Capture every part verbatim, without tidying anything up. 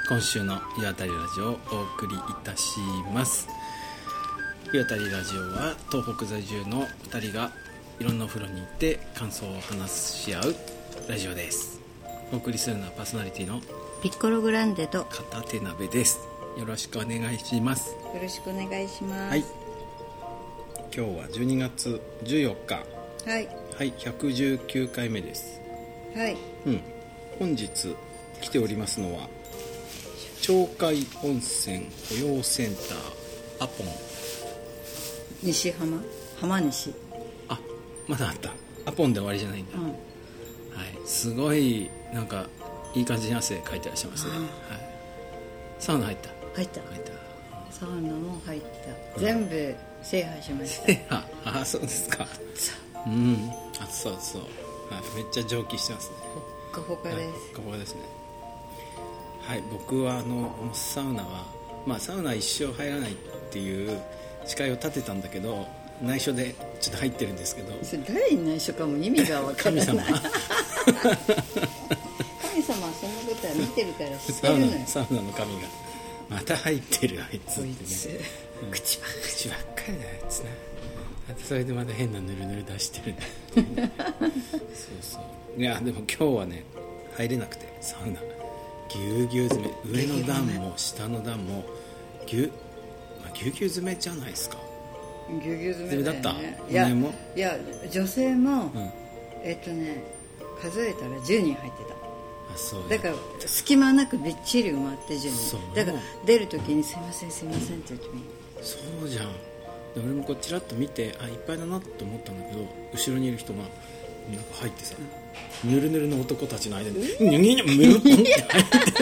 今週の湯あたりラジオをお送りいたします。湯あたりラジオは東北在住のふたりがいろんなお風呂に行って感想を話し合うラジオです。お送りするのはパーソナリティのピッコログランデと片手鍋です。よろしくお願いします。 よろしくお願いします。 はい、今日はじゅうにがつじゅうよっか、 はいはい、ひゃくじゅうきゅうかいめです。 はい、 うん、本日来ておりますのは鳥海温泉保養センターアポン西浜浜西。 あ、まだあった。アポンで終わりじゃないんだ、うん、はい、すごいなんかいい感じに汗かいてらっしゃいますね、はい、サウナ入った入った入ったサウナも入った、うん、全部制覇しました。 制覇、あ、そうですか。うん、暑そう暑そう、はい、めっちゃ蒸気してますね。 ほっかほかです、はい、 ほっかほかですね。はい、僕はあのサウナは、まあ、サウナ一生入らないっていう誓いを立てたんだけど、内緒でちょっと入ってるんですけど、 それ誰に内緒かも意味が分からない。神様神様はそんなことは見てるから知ってるのよ。 サウナの神がまた入ってるあいつって、ね、 こいつ、うん、口ばっかり口ばっかりだよあいつな。それでまた変なヌルヌル出してるそうそう。いやでも今日はね入れなくて、サウナぎゅうぎゅう詰め、上の段も下の段もぎゅう、まあ、ぎゅうぎゅう詰めじゃないですか。 ぎゅうぎゅう詰めだよね。 だった。 いやもいや女性も、 うん、 えっとね数えたらじゅうにん入ってた。 あ、そうだから隙間なくびっちり埋まってじゅうにんだから出るときにすいませんすいませんって言ってみる。 そうじゃん。で俺もこうちらっと見て、あ、いっぱいだなと思ったんだけど、後ろにいる人がなんか入ってさ、うん、ぬるぬるの男たちの間にニュニュニュムルって入ってて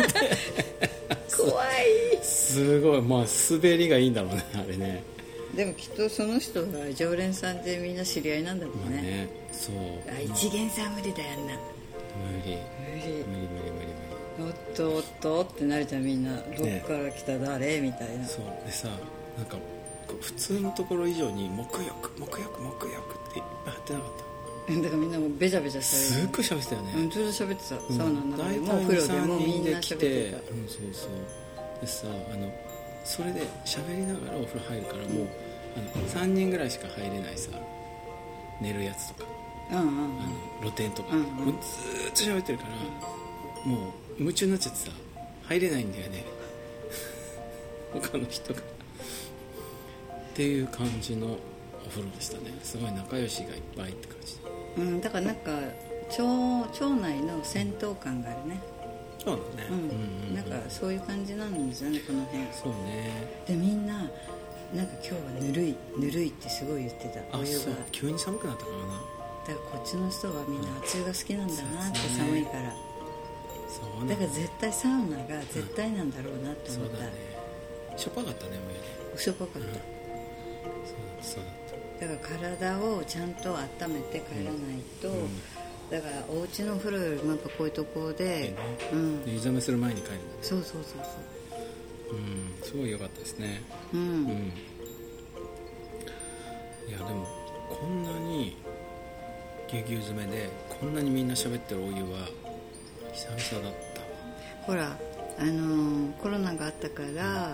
怖い。 すごい、まあ滑りがいいんだろうね、あれね。 でもきっとその人が常連さんでみんな知り合いなんだろうね。まあね、 そう。 あ、一元さん無理だよな。 無理無理無理無理無理。 おっとおっとってなるじゃん、みんな。どっから来た誰、ね、みたいな。 そうでさ、なんか普通のところ以上に沐浴沐浴沐浴っていっぱい貼ってなかった？ だからみんなもベチャベチャしたすっごい喋ってたよね。 うん、ずっと喋ってた、 うん、 サウナの中でもお風呂でもみんな喋ってた。 うん、そうそうでさ、あのそれで喋りながらお風呂入るから、もう、うん、あのさんにんぐらいしか入れないさ、寝るやつとか、 うんうんうん、 あの露天とか、うんうん、もうずっと喋ってるから、うん、もう夢中になっちゃってさ入れないんだよね他の人がっていう感じのお風呂でしたね。すごい仲良しがいっぱいって感じ、 うん、だからなんか 町, 町内の銭湯感があるね。 そうだね、うんうんうん、 なんかそういう感じなんですよね、この辺。 そうね。 でみんななんか今日はぬるいぬるいってすごい言ってた。お湯が急に寒くなったからな。 だからこっちの人はみんな熱湯が好きなんだなって、うん、寒いから。そうだから絶対サウナが絶対なんだろうなと思った、うん、そうだね。 しょっぱかったね、お湯ね。 しょっぱかった、うん、 そうだった。 だから体をちゃんと温めて帰らないと、うんうん、だからお家のお風呂よりもやっぱこういうところで、ね、うん、 湯冷めする前に帰るんだね。 そうそうそうそう、うん、すごい良かったですね、 うんうん、 いやでもこんなにぎゅうぎゅう詰めでこんなにみんな喋ってるお湯は久々だったわ。 ほらあのー、コロナがあったから、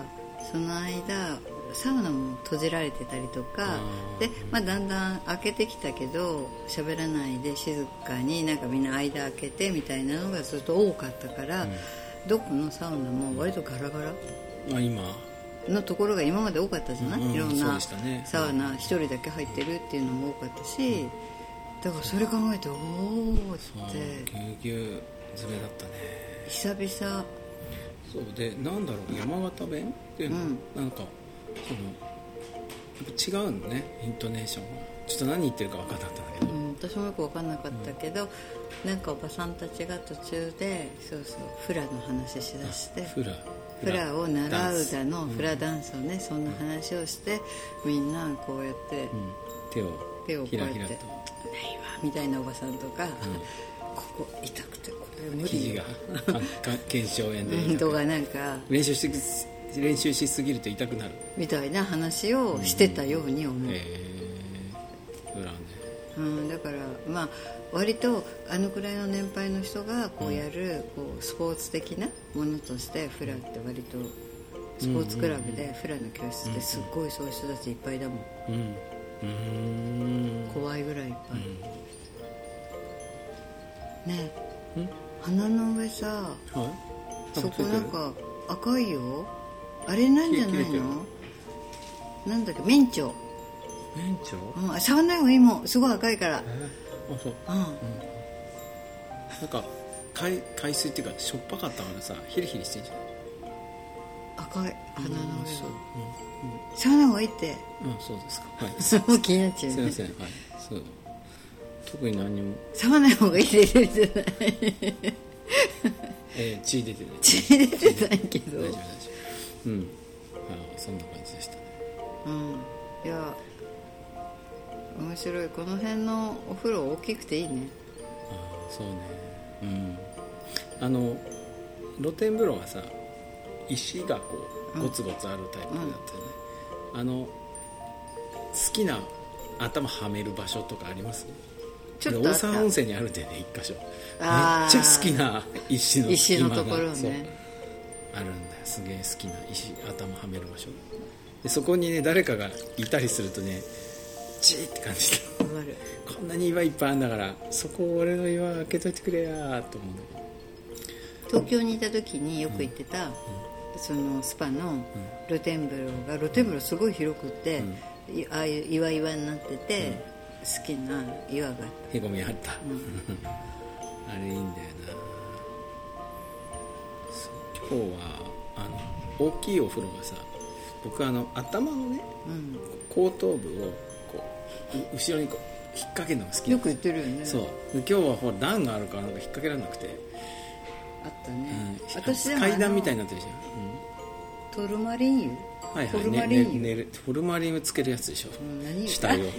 うん、その間サウナも閉じられてたりとかで、まあ、だんだん開けてきたけど喋らないで静かになんかみんな間開けてみたいなのがずっと多かったから、うん、どこのサウナも割とガラガラ、 あ、今のところが今まで多かったじゃない、うん、いろんなね、 サウナ一人だけ入ってるっていうのも多かったし、うん、だからそれ考えておーってぎゅうぎゅう詰めだったね、 久々。 そうで、なんだろう、山形弁っていうの、うん、なんかそのやっぱ違うのね、イントネーションが。ちょっと何言ってるか分かんなかったんだけど、うん、 私もよく分かんなかったけど、うん、なんかおばさんたちが途中でそうそうフラの話しだして、 フラフラを習うだのフラダンスをね、うん、そんな話をしてみんなこうやって、うん、 手を手をこうやってひらひらとないわみたいなおばさんとか、うん、ここ痛くてこれ無理肘が腱鞘炎で、 うん、とかなんか練習し練習しすぎると痛くなるみたいな話をしてたように思う、うん、 へえ、フラね、 うん、だからまあ割とあのくらいの年配の人がこうやるこうスポーツ的なものとしてフラって割とスポーツクラブでフラの教室ってすっごいそういう人たちいっぱいだもん、うん、うん怖いぐらいいっぱい、うん、ねえ鼻の上さ、はい、そこなんか赤いよ。あれなんじゃないの？なんだっけ、メンチョ。 メンチョ？ うん、触んない方がいいもん、すごい赤いから。 えー、あ、そう、うんうん、なんか海海水っていうかしょっぱかったからさヒリヒリしてんじゃない？赤い鼻の上が、うんうん、触んない方がいいって。 うん、そうですか、はい、 そう気になっちゃう、ね、 すいません、はい、そう特に何も触んない方がいいって言ってるじゃないえー、血出てない血出てないけど大丈夫大丈夫、うん、あ、そんな感じでしたね。 うん、いや面白い。この辺のお風呂大きくていいね。 ああ、そうね、うん、あの露天風呂はさ石がこうゴツゴツあるタイプだったよね、うん、あの好きな頭はめる場所とかあります？ちょっと大沢温泉にあるんでね、一箇所めっちゃ好きな石の石のところねあるんだよ。すげえ好きな石頭はめる場所で、そこにね誰かがいたりするとねチーって感じでこんなに岩いっぱいあるんだからそこを俺の岩開けといてくれやと思うんだけど、東京にいた時によく行ってた、うん、そのスパの露天風呂が露天風呂すごい広くって、うん、ああいう岩岩になってて、うん、好きな岩があった。 へこみあった、うん、あれいいんだよな。今日はあの大きいお風呂がさ、僕あの頭のね、うん、後頭部をこう後ろにこう引っ掛けるのが好き。 よく言ってるよね。 そう今日はほら段があるからなんか引っ掛けられなくてあったね、うん、 私でも階段みたいになってるじゃん、 うん、トルマリン油、 はいはい、 トルマリン油、 ねね、トルマリン油つけるやつでしょ、うん、何死体をや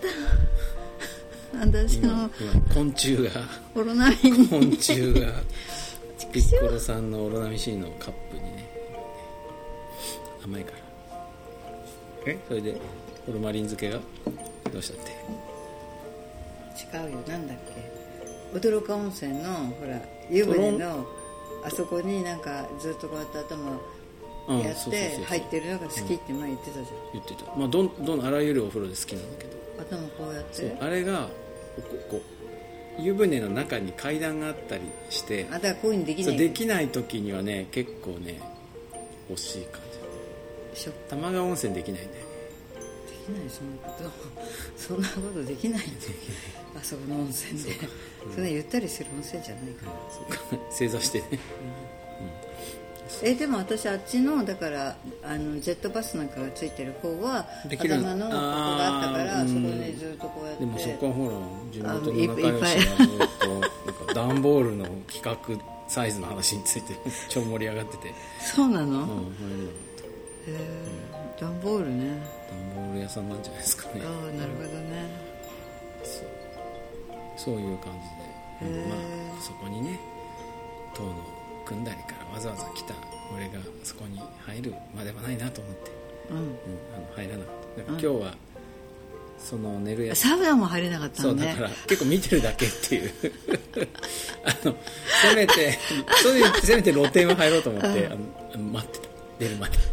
った私の昆虫がオロナミン昆虫がピッコロさんのオロナミン C のカップにね甘いからえそれでホルマリン漬けがどうしたって違うよ、なんだっけ、驚か温泉のほら湯船のあそこになんかずっとこうやって頭やって入ってるのが好きって前言ってたじゃん、うん、 言ってた、まあ、どんどんあらゆるお風呂で好きなんだけど頭こうやってそうあれがここ湯船の中に階段があったりしてあだからこういうのできないそうできない時にはね結構ね惜しい感じ。玉川温泉できないんだよね。 できないそんなことそんなことできないあそこの温泉で そ,、うん、それゆったりする温泉じゃないから、 うん、そうか正座してね、うんうん、 えでも私あっちのだからあのジェットバスなんかがついてる方は頭のここがあったからそこでずっとこうやって、 でもそこはほら地元の仲良しがずっとなんか段ボールの企画サイズの話について超盛り上がっててそうなの、うん、へえ段ボールね、 段ボール屋さんなんじゃないですかね。 ああなるほどね、 そうそういう感じで、まあ、そこにね塔の組んだりからわざわざ来た俺がそこに入るまではないなと思って、うんうん、あの入らなかった。だから今日はその寝るやつサウナも入れなかったのね。 そうだから結構見てるだけっていうあのせめてそれでせめて露天は入ろうと思って、うん、あの待ってた出るまで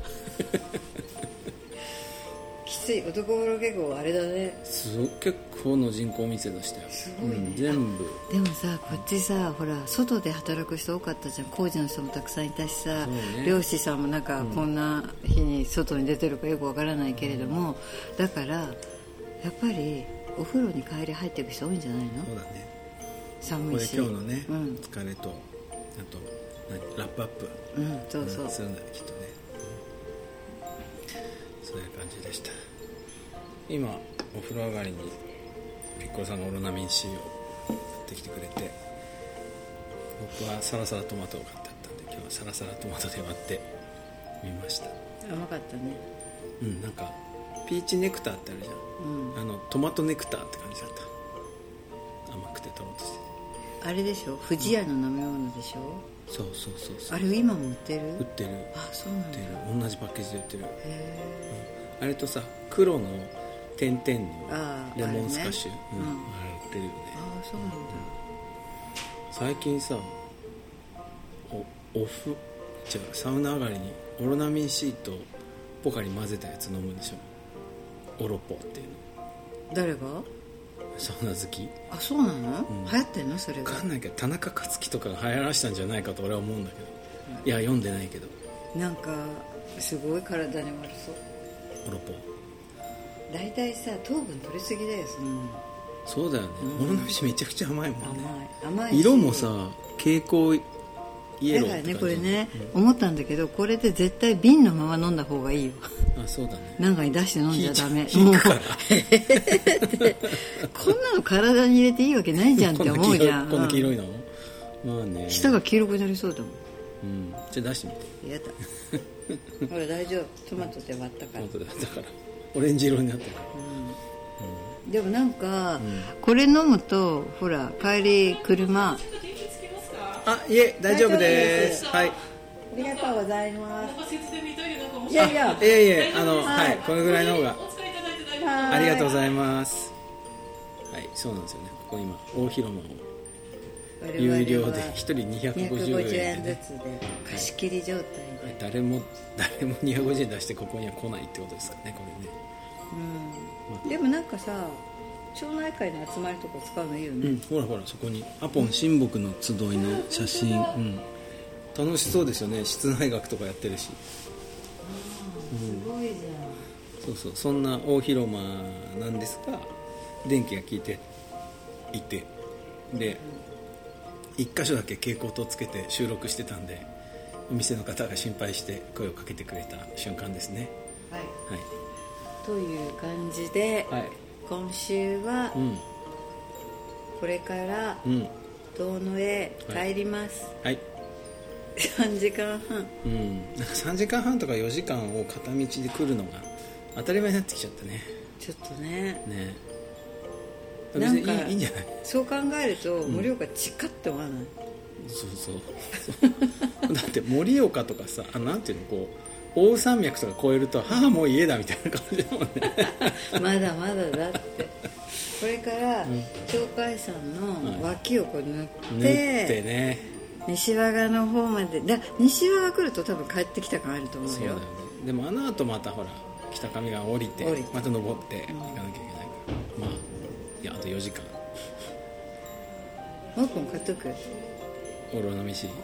きつい男風呂結構あれだね。 すご結構の人口密度でしたよ。 すごいね、 うん、全部。 でもさこっちさほら外で働く人多かったじゃん。工事の人もたくさんいたしさ、ね、漁師さんもなんかこんな日に外に出てるかよくわからないけれども、うん、だからやっぱりお風呂に帰り入っていく人多いんじゃないの。 そうだね。 寒いしここで今日のね、うん、疲れとあと何ラップアップ、 うん、そうそう、 うん、するんだねきっとね、うん、そういう感じでした。今お風呂上がりにピッコロさんがオロナミン C を買ってきてくれて、僕はサラサラトマトを買ってあったんで今日はサラサラトマトで割ってみました。 甘かったね。 うんなんかピーチネクターってあるじゃん、うん、あのトマトネクターって感じだった。甘くてトロッとしててあれでしょ不二家の飲み物でしょ、 うん、そうそうそうそう。 あれ今も売ってる。 売ってる。 あそうなんだ。 売ってる同じパッケージで売ってる。へ、うん、あれとさ黒の点々のあーレモンスカッシュ、 あうんれねあれ売ってるよね。 ああそうなんだ、 最近さおオフ違うサウナ上がりにオロナミン C とポカリ混ぜたやつ飲むんでしょ。オロポっていうの。 誰が？ サウナ好きあそうなの、うん、流行ってんのそれが。 分かんないけど田中克樹とかが流行らしたんじゃないかと俺は思うんだけど、いや読んでないけど。 なんかすごい体に悪そう。 オロポ大体さ糖分取りすぎだよ、そんなの。 そうだよね、 うん、 オロナミン C めちゃくちゃ甘いもんね。 甘い甘いし色もさ蛍光イエローだからねこれってね、 感じ、 思ったんだけどこれで絶対瓶のまま飲んだ方がいいよ。 うん、あそうだね。 中に出して飲んじゃダメ。 引くからこんなの体に入れていいわけないじゃんって思うじゃん。 こんな黄色いの、まあね、 舌が黄色くなりそうだもん。 うん、じゃあ出してみて。 やだほら大丈夫、トマトで割ったから。 本当だ、だからオレンジ色になってるから、 うんうん、でもなんか、うん、これ飲むとほら帰り車、 あいえ大丈夫です。はい、 ありがとうございます。いやいやいやいやあの、はい、はい、これぐらいの方がありがとうございます。はい、そうなんですよね。ここ今大広間を有料でひとりにひゃくごじゅうえんで、ね、 ずつで貸し切り状態で、 はい、誰も誰もにひゃくごじゅうえん出してここには来ないってことですかね、これね。 うん、まあ、でもなんかさ町内会の集まりとか使うのいいよね、 うん、ほらほらそこにアポン親睦の集いの写真、うん、楽しそうですよね。室内学とかやってるし、 あ、すごいじゃん、 うん、そうそう、そんな大広間なんですが電気が効いていて、で一箇所だけ蛍光灯つけて収録してたんでお店の方が心配して声をかけてくれた瞬間ですね。 はい、 はい、 という感じで、はい、今週は、うん、これから遠野へ帰ります、はいはい、さんじかんはん、 うん、なんかさんじかんはんとかよじかんを片道で来るのが当たり前になってきちゃったね。 ちょっとねね、 なんかいい、いいんじゃない。 そう考えると盛岡近って思わない、うん、 そうそうだって盛岡とかさ、あなんていうの、こう大山脈とか越えるとはあもう家だみたいな感じだもんねまだまだだって、これから鳥海山の脇をこう塗って、うん、塗ってね、西和賀の方までだ、西和賀来ると多分帰ってきた感あると思うよ。 そうだよね。でもあの後またほら北上が降りて降りてまた登って行かなきゃいけないから、うん、まあいやあとよじかん。 もう一本買っとく。 オロナミン C。いや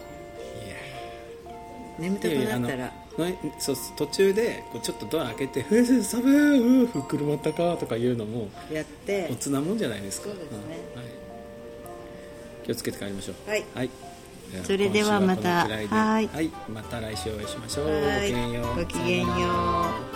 眠たくなったらそう途中でこうちょっとドア開けて「ふう寒いうふ車ったか」とかいうのもやっておつなもんじゃないですか。 そうですね、 うん、はい、気をつけて帰りましょう。 はい、 はい、 それではまた、 はい、はい、また来週お会いしましょう。ごきげんよう。 ごきげんよう。